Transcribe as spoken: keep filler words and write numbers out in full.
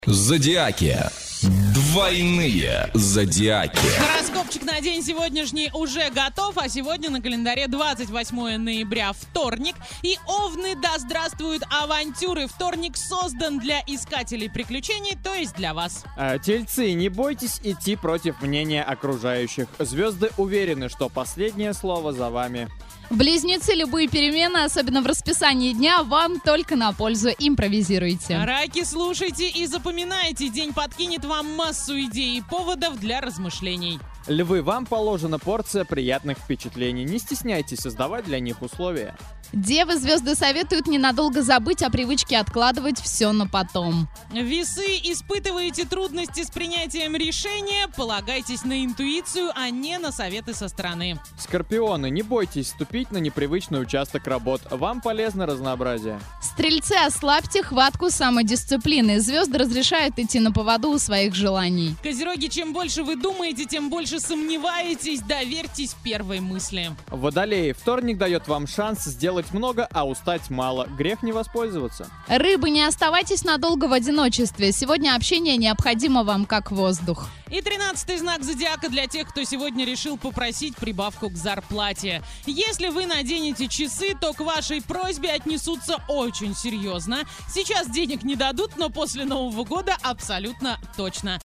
Зодиаки. Двойные зодиаки. Гороскопчик на день сегодняшний уже готов, а сегодня на календаре двадцать восьмое ноября, вторник. И овны, да здравствуют авантюры! Вторник создан для искателей приключений, то есть для вас. А, тельцы, не бойтесь идти против мнения окружающих. Звезды уверены, что последнее слово за вами. Близнецы, любые перемены, особенно в расписании дня, вам только на пользу. Импровизируйте. Раки, слушайте и запоминайте. День подкинет вам массу идей и поводов для размышлений. Львы, вам положена порция приятных впечатлений. Не стесняйтесь создавать для них условия. Девы, звезды советуют ненадолго забыть о привычке откладывать все на потом. Весы, испытываете трудности с принятием решения? Полагайтесь на интуицию, а не на советы со стороны. Скорпионы, не бойтесь ступить на непривычный участок работ. Вам полезно разнообразие. Стрельцы, ослабьте хватку самодисциплины. Звезды разрешают идти на поводу у своих желаний. Козероги, чем больше вы думаете, тем больше сомневаетесь. Доверьтесь первой мысли. Водолеи, вторник дает вам шанс сделать много, а устать мало. Грех не воспользоваться. Рыбы, не оставайтесь надолго в одиночестве. Сегодня общение необходимо вам как воздух. И тринадцатый знак зодиака для тех, кто сегодня решил попросить прибавку к зарплате. Если вы наденете часы, то к вашей просьбе отнесутся очень серьезно. Сейчас денег не дадут, но после Нового года абсолютно точно.